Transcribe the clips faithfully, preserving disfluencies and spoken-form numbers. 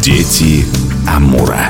Дети Амура.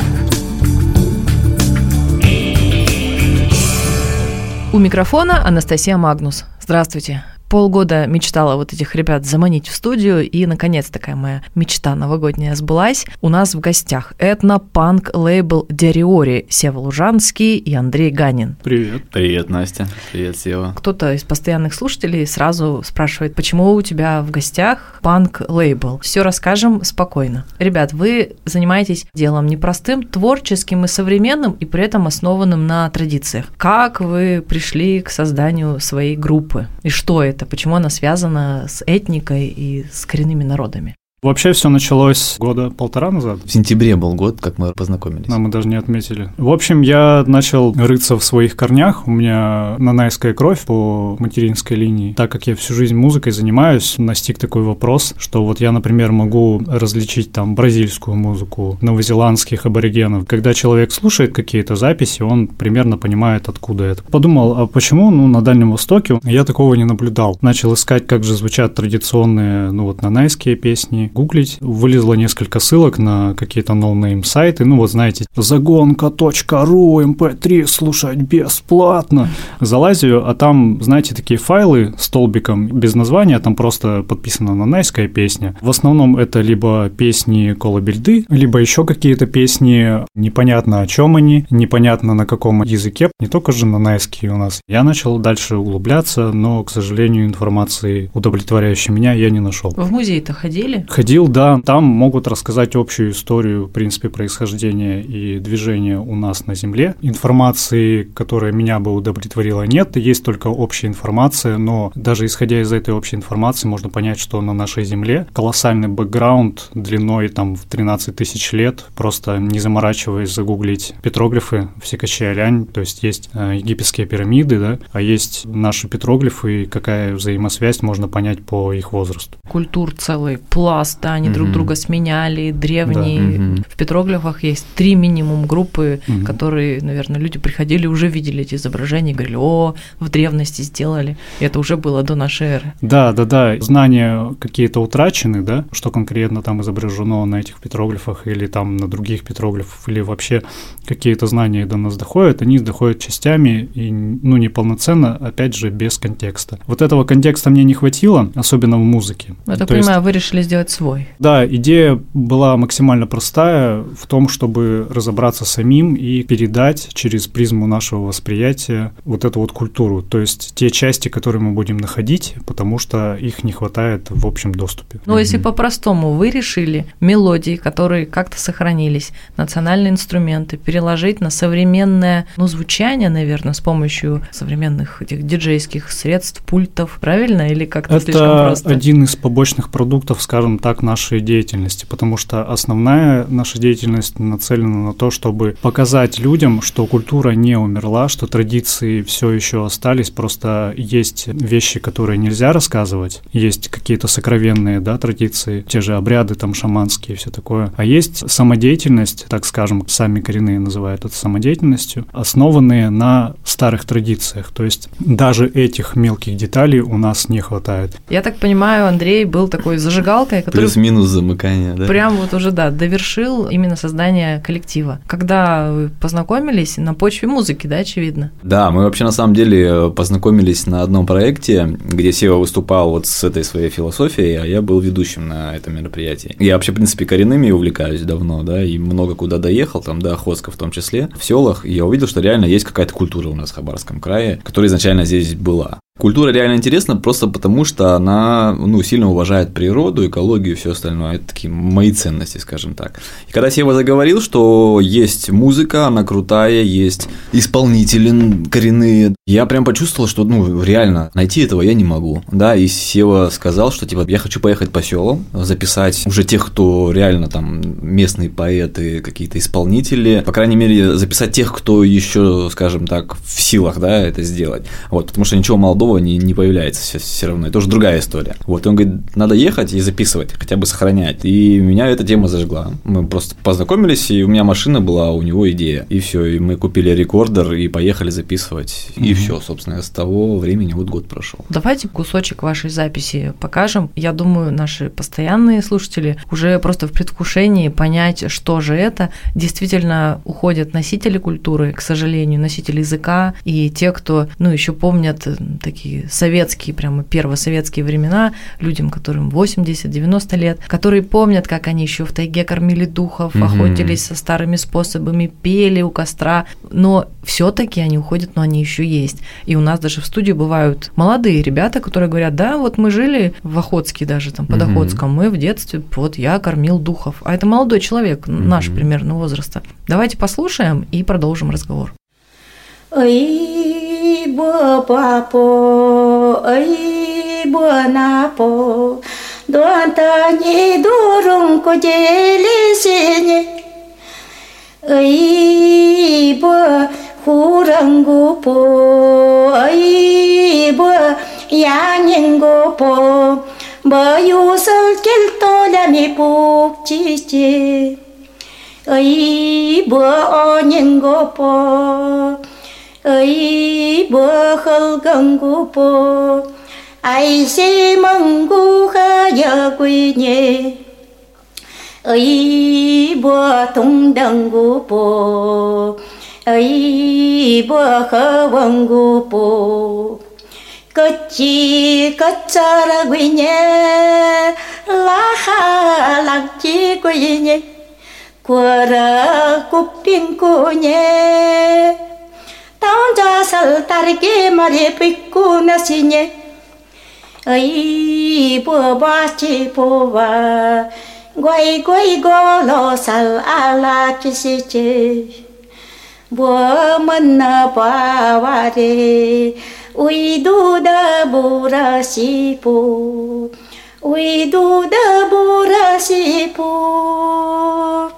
У микрофона Анастасия Магнус. Здравствуйте. Полгода мечтала вот этих ребят заманить в студию, и, наконец, такая моя мечта новогодняя сбылась. У нас в гостях этно-панк-лейбл Дериори, Сева Лужанский и Андрей Ганин. Привет. Привет, Настя. Привет, Сева. Кто-то из постоянных слушателей сразу спрашивает, почему у тебя в гостях панк-лейбл? Все расскажем спокойно. Ребят, вы занимаетесь делом непростым, творческим и современным, и при этом основанным на традициях. Как вы пришли к созданию своей группы? И что это? Почему она связана с этникой и с коренными народами? Вообще все началось года полтора назад. В сентябре был год, как мы познакомились. А мы даже не отметили. В общем, я начал рыться в своих корнях. У меня нанайская кровь по материнской линии. Так как я всю жизнь музыкой занимаюсь, настиг такой вопрос, что вот я, например, могу различить там бразильскую музыку, новозеландских аборигенов. Когда человек слушает какие-то записи, он примерно понимает, откуда это. Подумал, а почему, ну, на Дальнем Востоке я такого не наблюдал. Начал искать, как же звучат традиционные, ну, вот, нанайские песни, гуглить. Вылезло несколько ссылок на какие-то ноунейм сайты. Ну, вот знаете, загонка точка ру, эм пэ три слушать бесплатно. Залазю, а там, знаете, такие файлы столбиком без названия, там просто подписана нанайская песня. В основном это либо песни колыбельды, либо еще какие-то песни, непонятно о чем они, непонятно на каком языке, не только же нанайские у нас. Я начал дальше углубляться, но, к сожалению, информации, удовлетворяющей меня, я не нашел. В музей-то ходили? Ходил, да. Там могут рассказать общую историю, в принципе, происхождения и движения у нас на Земле. Информации, которая меня бы удовлетворила, нет. Есть только общая информация, но даже исходя из этой общей информации можно понять, что на нашей Земле колоссальный бэкграунд длиной там в тринадцать тысяч лет, просто не заморачиваясь загуглить петроглифы в Секачи-Алянь, то есть есть э, египетские пирамиды, да, а есть наши петроглифы, и какая взаимосвязь можно понять по их возрасту. Культур целый пласт. Да, они mm-hmm. друг друга сменяли, древние. Да. Mm-hmm. В петроглифах есть три минимум группы, mm-hmm. которые, наверное, люди приходили, уже видели эти изображения, говорили, о, в древности сделали. И это уже было до нашей эры. Да, да, да. Знания какие-то утрачены, да, что конкретно там изображено на этих петроглифах или там на других петроглифах, или вообще какие-то знания до нас доходят, они доходят частями и, ну, неполноценно, опять же, без контекста. Вот этого контекста мне не хватило, особенно в музыке. Я так понимаю, вы решили сделать свой. Да, идея была максимально простая в том, чтобы разобраться самим и передать через призму нашего восприятия вот эту вот культуру, то есть те части, которые мы будем находить, потому что их не хватает в общем доступе. Ну, mm-hmm. если по-простому, вы решили мелодии, которые как-то сохранились, национальные инструменты, переложить на современное, ну, звучание, наверное, с помощью современных этих диджейских средств, пультов, правильно? Или как-то это слишком просто? Это один из побочных продуктов, скажем так, нашей деятельности, потому что основная наша деятельность нацелена на то, чтобы показать людям, что культура не умерла, что традиции все еще остались, просто есть вещи, которые нельзя рассказывать, есть какие-то сокровенные, да, традиции, те же обряды там шаманские и все такое, а есть самодеятельность, так скажем, сами коренные называют это самодеятельностью, основанные на старых традициях, то есть даже этих мелких деталей у нас не хватает. Я так понимаю, Андрей был такой зажигалкой, который плюс-минус замыкание, да? Прям вот уже, да, довершил именно создание коллектива. Когда вы познакомились на почве музыки, да, очевидно? Да, мы вообще на самом деле познакомились на одном проекте, где Сева выступал вот с этой своей философией, а я был ведущим на этом мероприятии. Я вообще, в принципе, коренными увлекаюсь давно, да, и много куда доехал, там до Охотска в том числе, в селах, и я увидел, что реально есть какая-то культура у нас в Хабаровском крае, которая изначально здесь была. Культура реально интересна просто потому, что она, ну, сильно уважает природу, экологию и все остальное. Это такие мои ценности, скажем так. И когда Сева заговорил, что есть музыка, она крутая, есть исполнители коренные, я прям почувствовал, что, ну, реально найти этого я не могу. Да, и Сева сказал, что типа я хочу поехать по селам, записать уже тех, кто реально там местные поэты, какие-то исполнители, по крайней мере, записать тех, кто еще, скажем так, в силах, да, это сделать. Вот, потому что ничего молодого слово не, не появляется все равно, это уже другая история. Вот, и он говорит, надо ехать и записывать, хотя бы сохранять. И меня эта тема зажгла. Мы просто познакомились, и у меня машина была, у него идея. И все, и мы купили рекордер и поехали записывать. Mm-hmm. И все, собственно, с того времени вот год прошел. Давайте кусочек вашей записи покажем. Я думаю, наши постоянные слушатели уже просто в предвкушении понять, что же это. Действительно уходят носители культуры, к сожалению, носители языка, и те, кто, ну, еще помнят такие советские, прямо первосоветские времена, людям, которым восемьдесят-девяносто лет, которые помнят, как они еще в тайге кормили духов, mm-hmm. охотились со старыми способами, пели у костра, но все-таки они уходят, но они еще есть. И у нас даже в студии бывают молодые ребята, которые говорят, да, вот мы жили в Охотске даже, там, под mm-hmm. Охотском, мы в детстве, вот я кормил духов. А это молодой человек, mm-hmm. наш примерно возраста. Давайте послушаем и продолжим разговор. Ой, бо папо, ой, бо напо, дуанта не дурум коделисине, ой, бо хурангупо, ой, бо янингупо, бо юсал келтолями пупчичи, ой, бо онингупо. Ơi bữa khâu gần của bố ai sẽ mong cô khá giờ quy nhẹ ơi bữa tung đằng của bố ơi bữa khâu vòng của bố có chi có cha ra quy nhẹ lá ha lạc chi quy nhẹ của ra cúp tiếng cô nhẹ tao cho sầu ta kia mà để bị cô nó xin nhé ấy bữa ba chỉ bữa ba quay quay go lo sầu ala chỉ si chỉ bữa mình ba ba đi ui du da bu ra si bu ui du da bu ra si bu.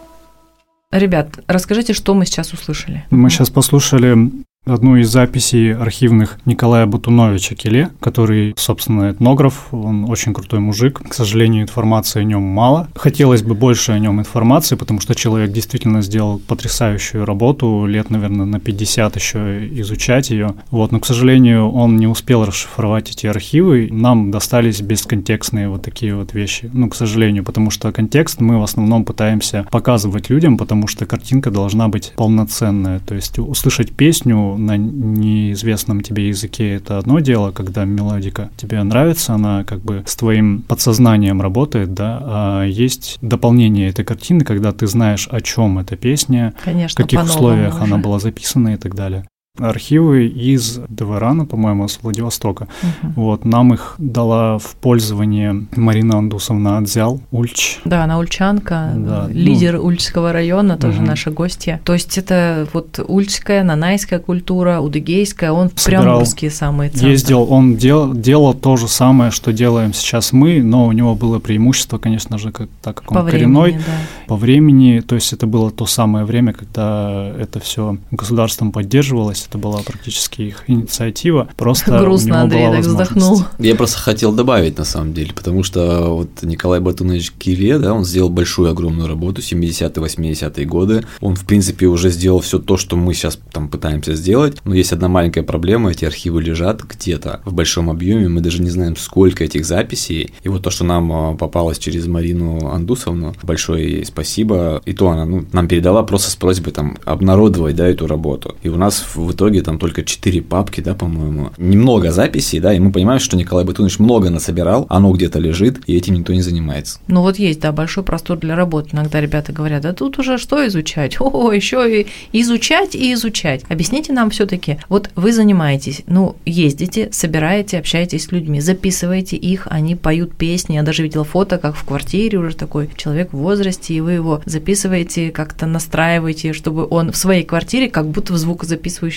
Ребят, расскажите, что мы сейчас услышали. Мы сейчас послушали одну из записей архивных Николая Батуновича Келе, который, собственно, этнограф, он очень крутой мужик. К сожалению, информации о нем мало. Хотелось бы больше о нем информации, потому что человек действительно сделал потрясающую работу, лет, наверное, на пятьдесят еще изучать ее. Вот, но, к сожалению, он не успел расшифровать эти архивы. Нам достались бесконтекстные вот такие вот вещи. Ну, к сожалению, потому что контекст мы в основном пытаемся показывать людям, потому что картинка должна быть полноценная. То есть услышать песню на неизвестном тебе языке — это одно дело, когда мелодика тебе нравится, она как бы с твоим подсознанием работает, да, а есть дополнение этой картины, когда ты знаешь, о чем эта песня, конечно, в каких условиях уже. Она была записана и так далее. Архивы из Деварана, по-моему, с Владивостока. Uh-huh. Вот, нам их дала в пользование Марина Андусовна Адзял, Ульч. Да, она ульчанка, да, лидер ну, Ульчского района, тоже uh-huh. наша гостья. То есть это вот ульчская, нанайская культура, удыгейская, он в Приамурские самые центры. Ездил, он дел, делал то же самое, что делаем сейчас мы, но у него было преимущество, конечно же, как, так как он по коренной, времени, да. по времени, то есть это было то самое время, когда это все государством поддерживалось. Это была практически их инициатива. Просто грустно, Андрей так вздохнул. Я просто хотел добавить, на самом деле, потому что вот Николай Батунович Келе, да, он сделал большую, огромную работу, семидесятые, восьмидесятые годы. Он, в принципе, уже сделал все то, что мы сейчас там пытаемся сделать. Но есть одна маленькая проблема: эти архивы лежат где-то в большом объеме, мы даже не знаем, сколько этих записей. И вот то, что нам попалось через Марину Андусовну, большое ей спасибо. И то она ну, нам передала просто с просьбой там обнародовать, да, эту работу. И у нас в итоге там только четыре папки, да, по-моему. Немного записей, да, и мы понимаем, что Николай Батунович много насобирал, оно где-то лежит, и этим никто не занимается. Ну вот есть, да, большой простор для работы. Иногда ребята говорят, да тут уже что изучать? О, еще и изучать и изучать. Объясните нам все-таки, вот вы занимаетесь, ну, ездите, собираете, общаетесь с людьми, записываете их, они поют песни. Я даже видела фото, как в квартире уже такой человек в возрасте, и вы его записываете, как-то настраиваете, чтобы он в своей квартире как будто в звукозаписывающей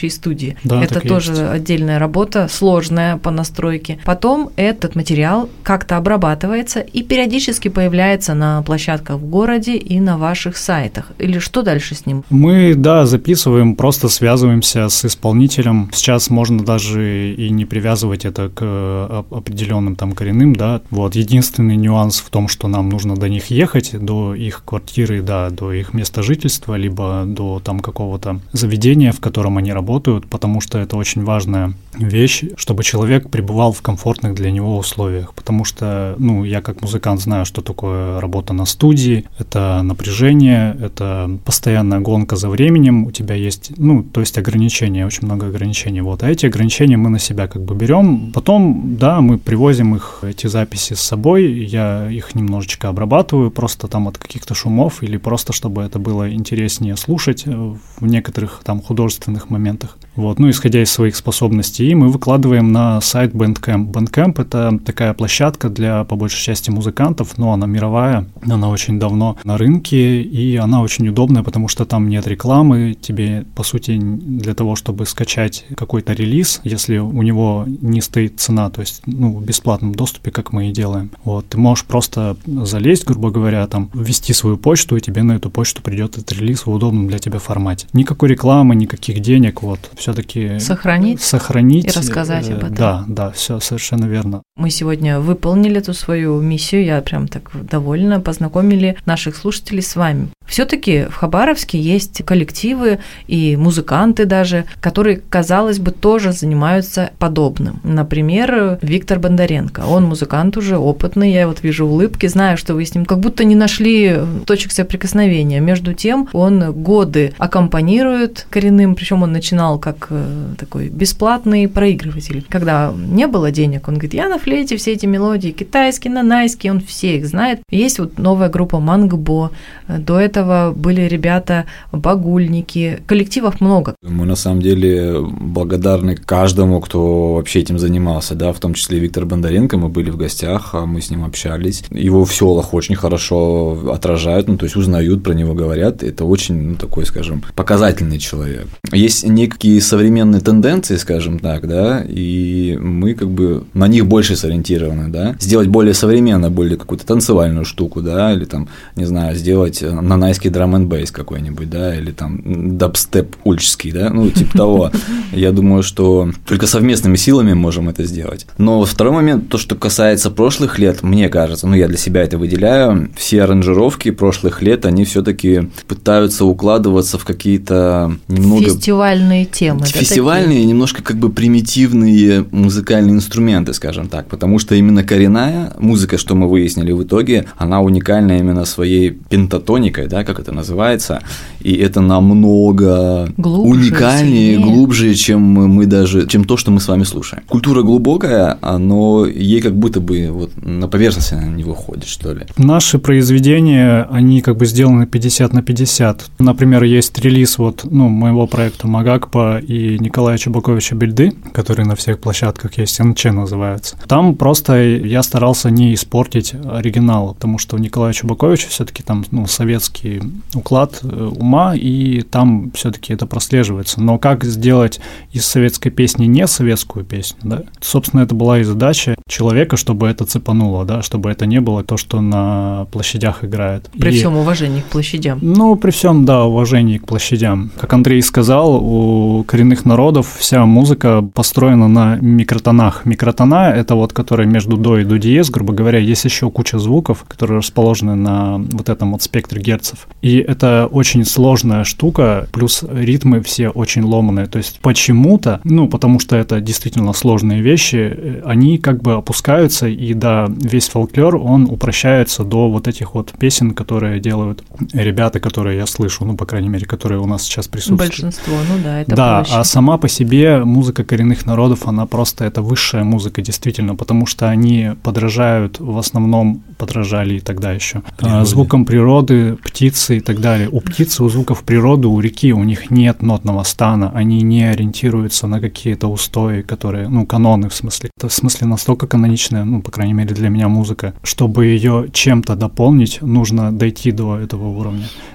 соответствующей студии. Да, это тоже есть. Отдельная работа, сложная по настройке. Потом этот материал как-то обрабатывается и периодически появляется на площадках в городе и на ваших сайтах. Или что дальше с ним? Мы, да, записываем, просто связываемся с исполнителем. Сейчас можно даже и не привязывать это к определенным там коренным, да. Вот единственный нюанс в том, что нам нужно до них ехать, до их квартиры, да, до их места жительства, либо до там какого-то заведения, в котором они работают, потому что это очень важная вещь, чтобы человек пребывал в комфортных для него условиях, потому что, ну, я как музыкант знаю, что такое работа на студии, это напряжение, это постоянная гонка за временем, у тебя есть, ну, то есть ограничения, очень много ограничений, вот, а эти ограничения мы на себя как бы берем, потом, да, мы привозим их, эти записи с собой, я их немножечко обрабатываю, просто там от каких-то шумов или просто чтобы это было интереснее слушать в некоторых там художественных моментах. Вот, ну, исходя из своих способностей, и мы выкладываем на сайт Bandcamp. Bandcamp — это такая площадка для, по большей части, музыкантов, но она мировая, она очень давно на рынке, и она очень удобная, потому что там нет рекламы, тебе, по сути, для того, чтобы скачать какой-то релиз, если у него не стоит цена, то есть, ну, в бесплатном доступе, как мы и делаем. Вот, ты можешь просто залезть, грубо говоря, там, ввести свою почту, и тебе на эту почту придет этот релиз в удобном для тебя формате. Никакой рекламы, никаких денег, вот. Все-таки сохранить, сохранить и рассказать э, об этом. Да, да, все совершенно верно. Мы сегодня выполнили эту свою миссию, я прям так довольна, познакомили наших слушателей с вами. Все-таки в Хабаровске есть коллективы и музыканты даже, которые, казалось бы, тоже занимаются подобным. Например, Виктор Бондаренко. Он музыкант уже опытный, я вот вижу улыбки, знаю, что вы с ним как будто не нашли точек соприкосновения. Между тем, он годы аккомпанирует коренным, причем он начинал как такой бесплатный проигрыватель. Когда не было денег, он говорит, я на флейте все эти мелодии, китайские, нанайские, он все их знает. Есть вот новая группа Мангбо, до этого были ребята Багульники, коллективов много. Мы на самом деле благодарны каждому, кто вообще этим занимался, да, в том числе Виктор Бондаренко, мы были в гостях, мы с ним общались, его в селах очень хорошо отражают, ну, то есть узнают про него, говорят, это очень, ну, такой, скажем, показательный человек. Есть некие современные тенденции, скажем так, да, и мы как бы на них больше сориентированы, да, сделать более современно, более какую-то танцевальную штуку, да, или там, не знаю, сделать нанайский драм-н-бейс какой-нибудь, да, или там дабстеп ульчский, да, ну, типа того. Я думаю, что только совместными силами можем это сделать. Но второй момент, то, что касается прошлых лет, мне кажется, ну, я для себя это выделяю, все аранжировки прошлых лет, они все-таки пытаются укладываться в какие-то немного... Фестивальные темы. Фестивальные, да, немножко как бы примитивные музыкальные инструменты, скажем так, потому что именно коренная музыка, что мы выяснили в итоге, она уникальна именно своей пентатоникой, да, как это называется, и это намного глубже, уникальнее, сильнее. глубже, чем мы даже, чем то, что мы с вами слушаем. Культура глубокая, но ей как будто бы вот на поверхности она не выходит, что ли. Наши произведения, они как бы сделаны пятьдесят на пятьдесят. Например, есть релиз вот, ну, моего проекта Магакпа и Николая Чебаковича Бельды, который на всех площадках есть, эн че называется. Там просто я старался не испортить оригинал, потому что у Николая Чебаковича все-таки там, ну, советский уклад ума, и там все-таки это прослеживается. Но как сделать из советской песни не советскую песню, да? Собственно, это была и задача человека, чтобы это цепануло, да, чтобы это не было то, что на площадях играет. При и... всем уважении к площадям. Ну, при всем, да, уважении к площадям. Как Андрей сказал, у коренных народов вся музыка построена на микротонах. Микротона — это вот, которые между до и до диез, грубо говоря, есть еще куча звуков, которые расположены на вот этом вот спектре герцев. И это очень сложная штука, плюс ритмы все очень ломаные. То есть почему-то, ну, потому что это действительно сложные вещи, они как бы опускаются, и да, весь фольклор, он упрощается до вот этих вот песен, которые делают ребята, которые я слышу, ну, по крайней мере, которые у нас сейчас присутствуют. Большинство, ну да, это Да, проще. А сама по себе музыка коренных народов, она просто, это высшая музыка, действительно, потому что они подражают, в основном подражали и тогда еще, природе. Звукам природы, птицы и так далее. У птицы, у звуков природы, у реки, у них нет нотного стана, они не ориентируются на какие-то устои, которые, ну, каноны в смысле. Это в смысле настолько каноничная, ну, по крайней мере, для меня музыка. Чтобы ее чем-то дополнить, нужно дойти до этого уровня.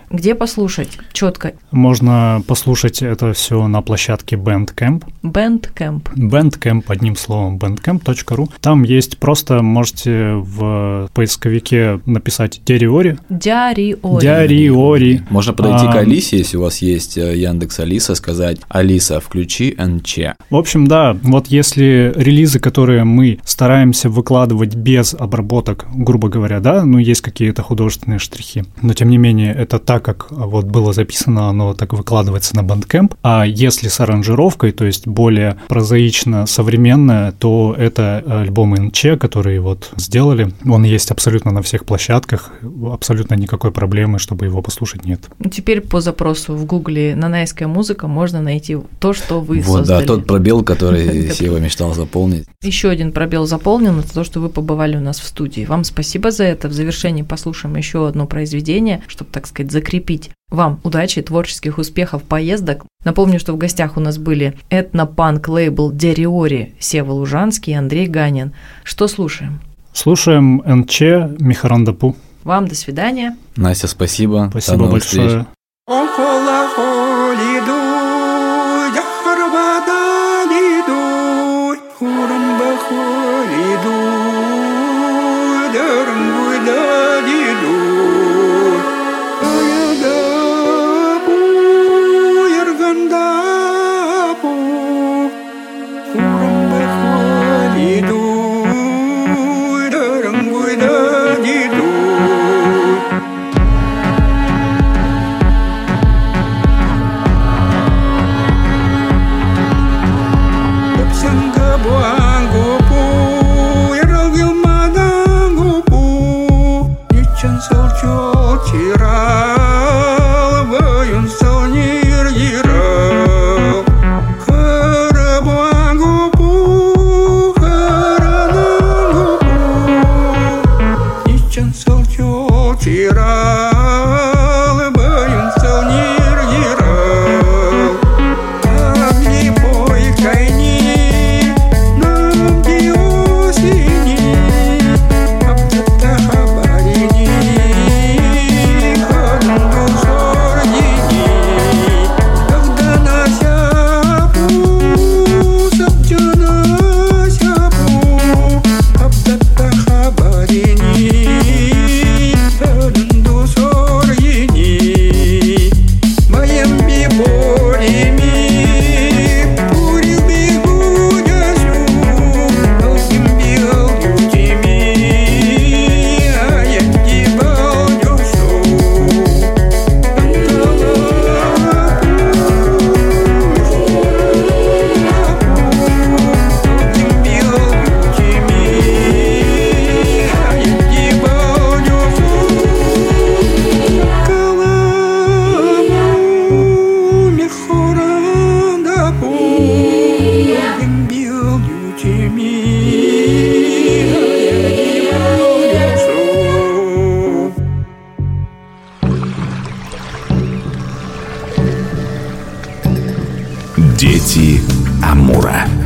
Где послушать четко? Можно послушать это все на площадке Bandcamp. Bandcamp. Bandcamp, одним словом, bandcamp точка ру. Там есть просто, можете в поисковике написать Дяриори. Дяриори. Дяриори. Можно подойти а, к Алисе, если у вас есть Яндекс Алиса, сказать: Алиса, включи эн че. В общем, да, вот если релизы, которые мы стараемся выкладывать без обработок, грубо говоря, да, ну, есть какие-то художественные штрихи, но, тем не менее, это так, как вот было записано, оно так выкладывается на Bandcamp, а если с аранжировкой, то есть более прозаично современная, то это альбом эн че, который вот сделали, он есть абсолютно на всех площадках, абсолютно никакой проблемы, чтобы его послушать, нет. Теперь по запросу в гугле «Нанайская музыка» можно найти то, что вы вот, создали. Да, тот пробел, который Сева мечтал заполнить. Еще один пробел заполнен, это то, что вы побывали у нас в студии. Вам спасибо за это. В завершении послушаем еще одно произведение, чтобы, так сказать, закрепить. Вам удачи, творческих успехов, поездок. Напомню, что в гостях у нас были этнопанк-лейбл Дяриори, Сева Лужанский и Андрей Ганин. Что слушаем? Слушаем эн че Михарандапу. Вам до свидания. Настя, спасибо. Спасибо большое. Дети Амура.